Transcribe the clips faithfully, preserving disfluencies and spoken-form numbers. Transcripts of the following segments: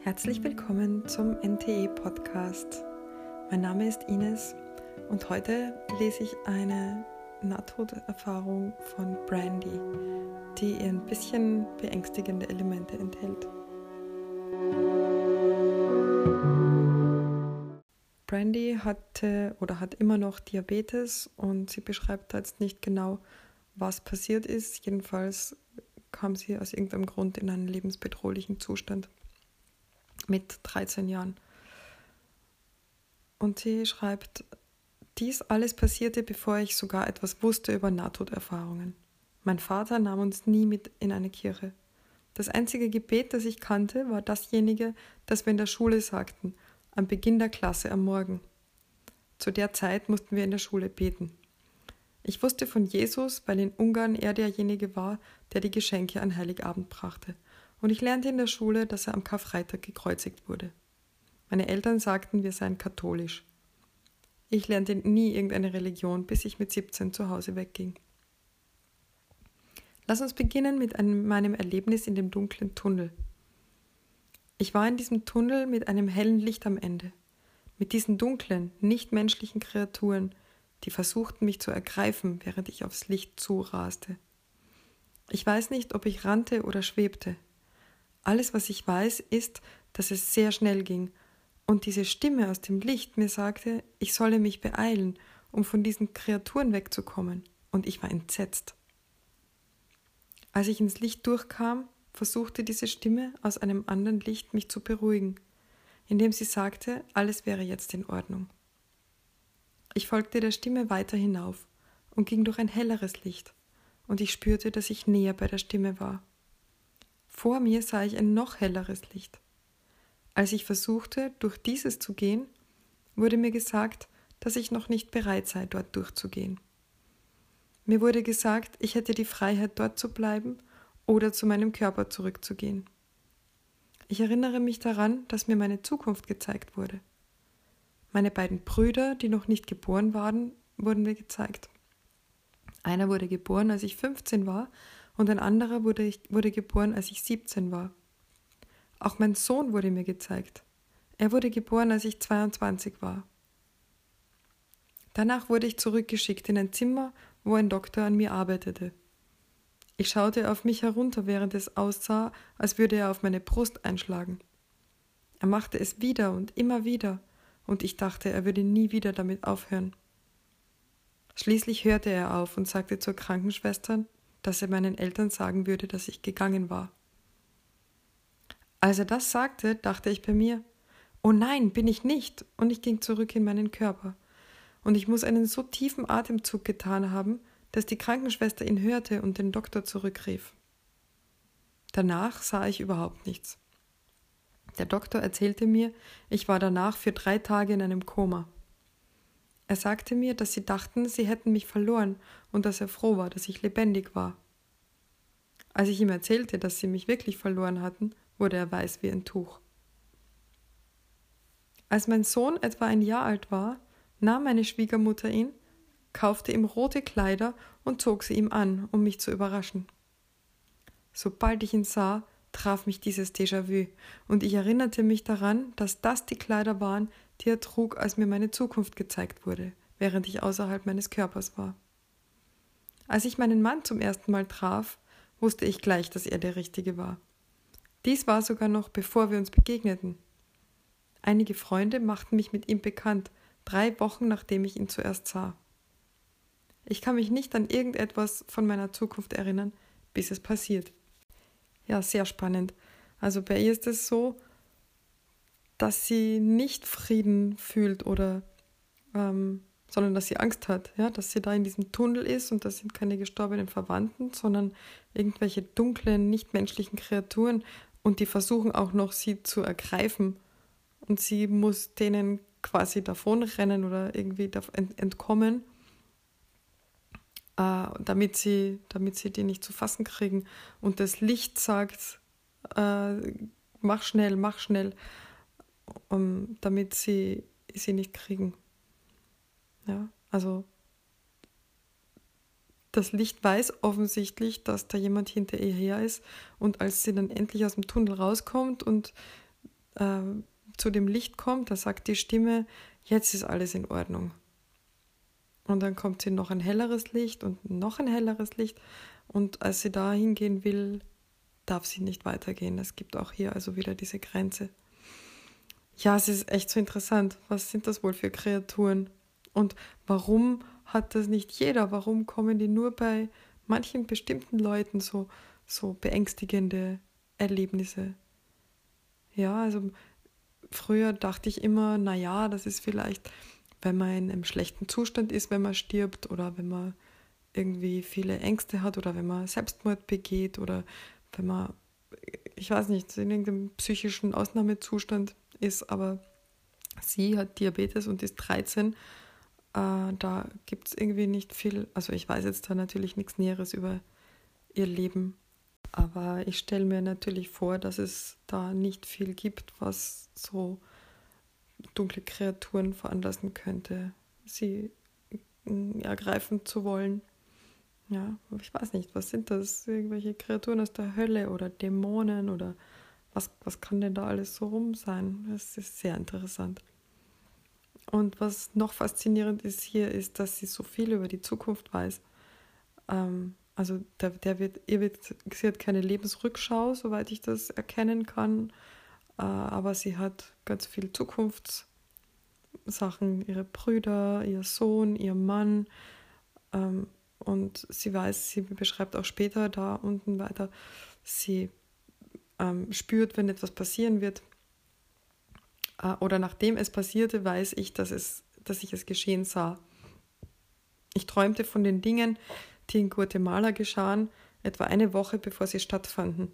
Herzlich willkommen zum N T E-Podcast. Mein Name ist Ines und heute lese ich eine Nahtoderfahrung von Brandy, die ein bisschen beängstigende Elemente enthält. Brandy hatte oder hat immer noch Diabetes und sie beschreibt jetzt nicht genau, was passiert ist. Jedenfalls kam sie aus irgendeinem Grund in einen lebensbedrohlichen Zustand mit dreizehn Jahren. Und sie schreibt, dies alles passierte, bevor ich sogar etwas wusste über Nahtoderfahrungen. Mein Vater nahm uns nie mit in eine Kirche. Das einzige Gebet, das ich kannte, war dasjenige, das wir in der Schule sagten, am Beginn der Klasse am Morgen. Zu der Zeit mussten wir in der Schule beten. Ich wusste von Jesus, weil in Ungarn er derjenige war, der die Geschenke an Heiligabend brachte. Und ich lernte in der Schule, dass er am Karfreitag gekreuzigt wurde. Meine Eltern sagten, wir seien katholisch. Ich lernte nie irgendeine Religion, bis ich mit siebzehn zu Hause wegging. Lass uns beginnen mit einem, meinem Erlebnis in dem dunklen Tunnel. Ich war in diesem Tunnel mit einem hellen Licht am Ende. Mit diesen dunklen, nichtmenschlichen Kreaturen, die versuchten, mich zu ergreifen, während ich aufs Licht zuraste. Ich weiß nicht, ob ich rannte oder schwebte. Alles, was ich weiß, ist, dass es sehr schnell ging und diese Stimme aus dem Licht mir sagte, ich solle mich beeilen, um von diesen Kreaturen wegzukommen, und ich war entsetzt. Als ich ins Licht durchkam, versuchte diese Stimme aus einem anderen Licht mich zu beruhigen, indem sie sagte, alles wäre jetzt in Ordnung. Ich folgte der Stimme weiter hinauf und ging durch ein helleres Licht, und ich spürte, dass ich näher bei der Stimme war. Vor mir sah ich ein noch helleres Licht. Als ich versuchte, durch dieses zu gehen, wurde mir gesagt, dass ich noch nicht bereit sei, dort durchzugehen. Mir wurde gesagt, ich hätte die Freiheit, dort zu bleiben oder zu meinem Körper zurückzugehen. Ich erinnere mich daran, dass mir meine Zukunft gezeigt wurde. Meine beiden Brüder, die noch nicht geboren waren, wurden mir gezeigt. Einer wurde geboren, als ich fünfzehn war, und ein anderer wurde, ich, wurde geboren, als ich siebzehn war. Auch mein Sohn wurde mir gezeigt. Er wurde geboren, als ich zweiundzwanzig war. Danach wurde ich zurückgeschickt in ein Zimmer, wo ein Doktor an mir arbeitete. Ich schaute auf mich herunter, während es aussah, als würde er auf meine Brust einschlagen. Er machte es wieder und immer wieder, und ich dachte, er würde nie wieder damit aufhören. Schließlich hörte er auf und sagte zur Krankenschwester, dass er meinen Eltern sagen würde, dass ich gegangen war. Als er das sagte, dachte ich bei mir, oh nein, bin ich nicht, und ich ging zurück in meinen Körper. Und ich muss einen so tiefen Atemzug getan haben, dass die Krankenschwester ihn hörte und den Doktor zurückrief. Danach sah ich überhaupt nichts. Der Doktor erzählte mir, ich war danach für drei Tage in einem Koma. Er sagte mir, dass sie dachten, sie hätten mich verloren und dass er froh war, dass ich lebendig war. Als ich ihm erzählte, dass sie mich wirklich verloren hatten, wurde er weiß wie ein Tuch. Als mein Sohn etwa ein Jahr alt war, nahm meine Schwiegermutter ihn, kaufte ihm rote Kleider und zog sie ihm an, um mich zu überraschen. Sobald ich ihn sah, traf mich dieses Déjà-vu, und ich erinnerte mich daran, dass das die Kleider waren, die er trug, als mir meine Zukunft gezeigt wurde, während ich außerhalb meines Körpers war. Als ich meinen Mann zum ersten Mal traf, wusste ich gleich, dass er der Richtige war. Dies war sogar noch, bevor wir uns begegneten. Einige Freunde machten mich mit ihm bekannt, drei Wochen nachdem ich ihn zuerst sah. Ich kann mich nicht an irgendetwas von meiner Zukunft erinnern, bis es passiert. Ja, sehr spannend. Also bei ihr ist es so, dass sie nicht Frieden fühlt oder, ähm, sondern dass sie Angst hat, ja, dass sie da in diesem Tunnel ist und das sind keine gestorbenen Verwandten, sondern irgendwelche dunklen, nichtmenschlichen Kreaturen und die versuchen auch noch, sie zu ergreifen und sie muss denen quasi davonrennen oder irgendwie entkommen, äh, damit sie, damit sie die nicht zu fassen kriegen. Und das Licht sagt, äh, mach schnell, mach schnell, um, damit sie sie nicht kriegen. Ja, also das Licht weiß offensichtlich, dass da jemand hinter ihr her ist, und als sie dann endlich aus dem Tunnel rauskommt und äh, zu dem Licht kommt, da sagt die Stimme, jetzt ist alles in Ordnung. Und dann kommt sie noch ein helleres Licht und noch ein helleres Licht. Und als sie da hingehen will, darf sie nicht weitergehen. Es gibt auch hier also wieder diese Grenze. Ja, es ist echt so interessant. Was sind das wohl für Kreaturen? Und warum hat das nicht jeder? Warum kommen die nur bei manchen bestimmten Leuten so, so beängstigende Erlebnisse? Ja, also früher dachte ich immer, naja, das ist vielleicht, wenn man in einem schlechten Zustand ist, wenn man stirbt oder wenn man irgendwie viele Ängste hat oder wenn man Selbstmord begeht oder wenn man, ich weiß nicht, in irgendeinem psychischen Ausnahmezustand ist, aber sie hat Diabetes und ist dreizehn. Äh, da gibt es irgendwie nicht viel, also ich weiß jetzt da natürlich nichts Näheres über ihr Leben, aber ich stelle mir natürlich vor, dass es da nicht viel gibt, was so dunkle Kreaturen veranlassen könnte, sie äh, ergreifen zu wollen. Ja, ich weiß nicht, was sind das? Irgendwelche Kreaturen aus der Hölle oder Dämonen oder was, was kann denn da alles so rum sein? Das ist sehr interessant. Und was noch faszinierend ist hier, ist, dass sie so viel über die Zukunft weiß. Ähm, also der, der wird, ihr wird, sie hat keine Lebensrückschau, soweit ich das erkennen kann, äh, aber sie hat ganz viel Zukunftssachen, ihre Brüder, ihr Sohn, ihr Mann, ähm, und sie weiß, sie beschreibt auch später da unten weiter, sie ähm, spürt, wenn etwas passieren wird, äh, oder nachdem es passierte, weiß ich, dass, es, dass ich es geschehen sah. Ich träumte von den Dingen, die in Guatemala geschahen, etwa eine Woche bevor sie stattfanden.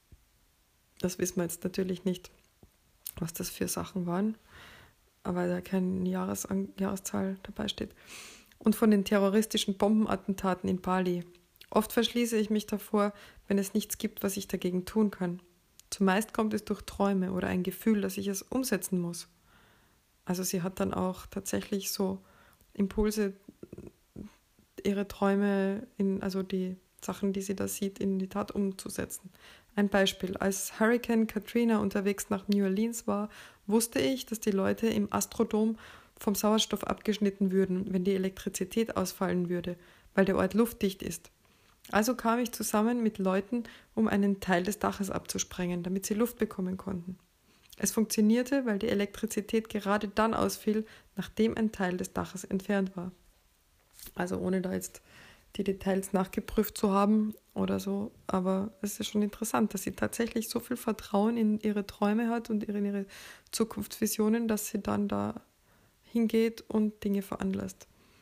Das wissen wir jetzt natürlich nicht, was das für Sachen waren, weil da keine Jahres- Jahreszahl dabei steht. Und von den terroristischen Bombenattentaten in Bali. Oft verschließe ich mich davor, wenn es nichts gibt, was ich dagegen tun kann. Zumeist kommt es durch Träume oder ein Gefühl, dass ich es umsetzen muss. Also sie hat dann auch tatsächlich so Impulse, ihre Träume, in, also die Sachen, die sie da sieht, in die Tat umzusetzen. Ein Beispiel: Als Hurricane Katrina unterwegs nach New Orleans war, wusste ich, dass die Leute im Astrodom vom Sauerstoff abgeschnitten würden, wenn die Elektrizität ausfallen würde, weil der Ort luftdicht ist. Also kam ich zusammen mit Leuten, um einen Teil des Daches abzusprengen, damit sie Luft bekommen konnten. Es funktionierte, weil die Elektrizität gerade dann ausfiel, nachdem ein Teil des Daches entfernt war. Also ohne da jetzt die Details nachgeprüft zu haben oder so, aber es ist schon interessant, dass sie tatsächlich so viel Vertrauen in ihre Träume hat und in ihre Zukunftsvisionen, dass sie dann da hingeht und Dinge veranlasst.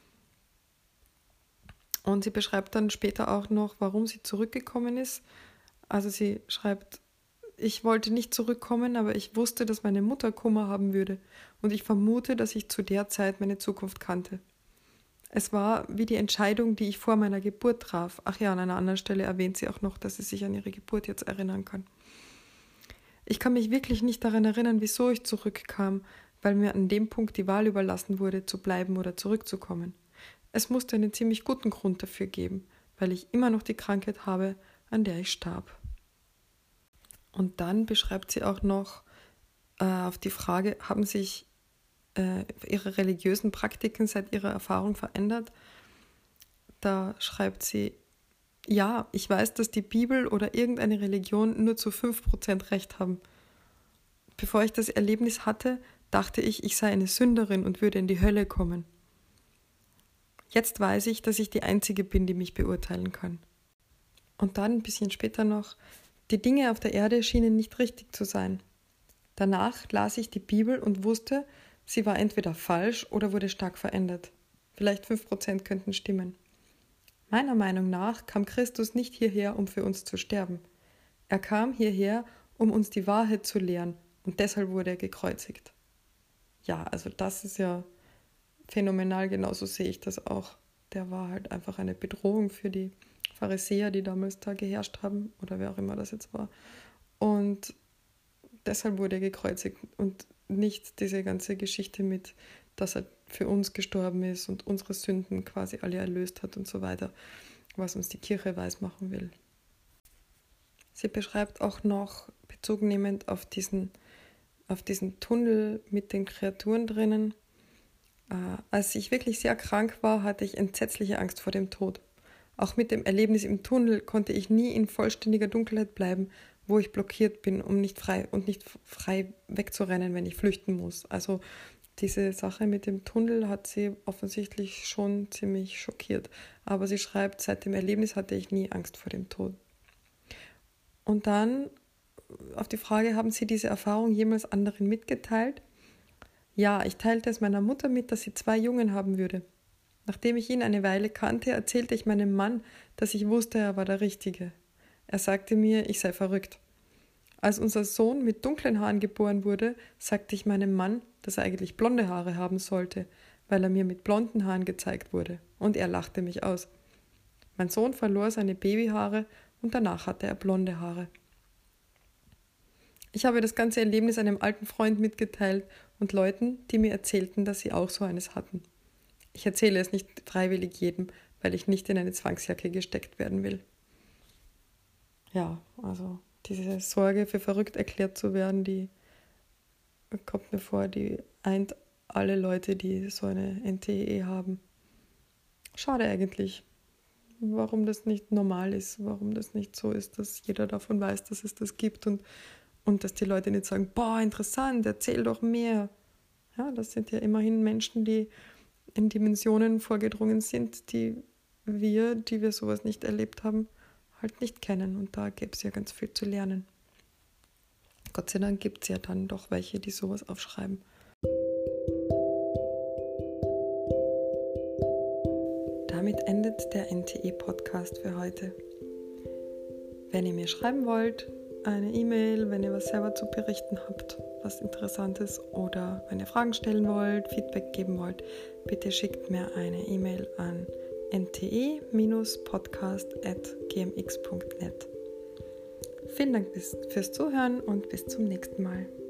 Und sie beschreibt dann später auch noch, warum sie zurückgekommen ist. Also sie schreibt, ich wollte nicht zurückkommen, aber ich wusste, dass meine Mutter Kummer haben würde und ich vermute, dass ich zu der Zeit meine Zukunft kannte. Es war wie die Entscheidung, die ich vor meiner Geburt traf. Ach ja, an einer anderen Stelle erwähnt sie auch noch, dass sie sich an ihre Geburt jetzt erinnern kann. Ich kann mich wirklich nicht daran erinnern, wieso ich zurückkam, weil mir an dem Punkt die Wahl überlassen wurde, zu bleiben oder zurückzukommen. Es musste einen ziemlich guten Grund dafür geben, weil ich immer noch die Krankheit habe, an der ich starb. Und dann beschreibt sie auch noch äh, auf die Frage, haben sich äh, ihre religiösen Praktiken seit ihrer Erfahrung verändert? Da schreibt sie, ja, ich weiß, dass die Bibel oder irgendeine Religion nur zu fünf Prozent Recht haben. Bevor ich das Erlebnis hatte, dachte ich, ich sei eine Sünderin und würde in die Hölle kommen. Jetzt weiß ich, dass ich die Einzige bin, die mich beurteilen kann. Und dann ein bisschen später noch, die Dinge auf der Erde schienen nicht richtig zu sein. Danach las ich die Bibel und wusste, sie war entweder falsch oder wurde stark verändert. Vielleicht fünf Prozent könnten stimmen. Meiner Meinung nach kam Christus nicht hierher, um für uns zu sterben. Er kam hierher, um uns die Wahrheit zu lehren, und deshalb wurde er gekreuzigt. Ja, also das ist ja phänomenal, genauso sehe ich das auch. Der war halt einfach eine Bedrohung für die Pharisäer, die damals da geherrscht haben, oder wer auch immer das jetzt war. Und deshalb wurde er gekreuzigt und nicht diese ganze Geschichte mit, dass er für uns gestorben ist und unsere Sünden quasi alle erlöst hat und so weiter, was uns die Kirche weismachen will. Sie beschreibt auch noch, bezugnehmend auf diesen auf diesen Tunnel mit den Kreaturen drinnen. Äh, als ich wirklich sehr krank war, hatte ich entsetzliche Angst vor dem Tod. Auch mit dem Erlebnis im Tunnel konnte ich nie in vollständiger Dunkelheit bleiben, wo ich blockiert bin, um nicht frei und nicht frei wegzurennen, wenn ich flüchten muss. Also diese Sache mit dem Tunnel hat sie offensichtlich schon ziemlich schockiert. Aber sie schreibt, seit dem Erlebnis hatte ich nie Angst vor dem Tod. Und dann auf die Frage, haben Sie diese Erfahrung jemals anderen mitgeteilt? Ja, ich teilte es meiner Mutter mit, dass sie zwei Jungen haben würde. Nachdem ich ihn eine Weile kannte, erzählte ich meinem Mann, dass ich wusste, er war der Richtige. Er sagte mir, ich sei verrückt. Als unser Sohn mit dunklen Haaren geboren wurde, sagte ich meinem Mann, dass er eigentlich blonde Haare haben sollte, weil er mir mit blonden Haaren gezeigt wurde. Und er lachte mich aus. Mein Sohn verlor seine Babyhaare und danach hatte er blonde Haare. Ich habe das ganze Erlebnis einem alten Freund mitgeteilt und Leuten, die mir erzählten, dass sie auch so eines hatten. Ich erzähle es nicht freiwillig jedem, weil ich nicht in eine Zwangsjacke gesteckt werden will. Ja, also diese Sorge, für verrückt erklärt zu werden, die kommt mir vor, die eint alle Leute, die so eine N T E haben. Schade eigentlich, warum das nicht normal ist, warum das nicht so ist, dass jeder davon weiß, dass es das gibt und Und dass die Leute nicht sagen, boah, interessant, erzähl doch mehr. Ja, das sind ja immerhin Menschen, die in Dimensionen vorgedrungen sind, die wir, die wir sowas nicht erlebt haben, halt nicht kennen. Und da gäbe es ja ganz viel zu lernen. Gott sei Dank gibt es ja dann doch welche, die sowas aufschreiben. Damit endet der N T E-Podcast für heute. Wenn ihr mir schreiben wollt, eine E-Mail, wenn ihr was selber zu berichten habt, was Interessantes, oder wenn ihr Fragen stellen wollt, Feedback geben wollt, bitte schickt mir eine E-Mail an n t e podcast at g m x punkt net. Vielen Dank fürs Zuhören und bis zum nächsten Mal.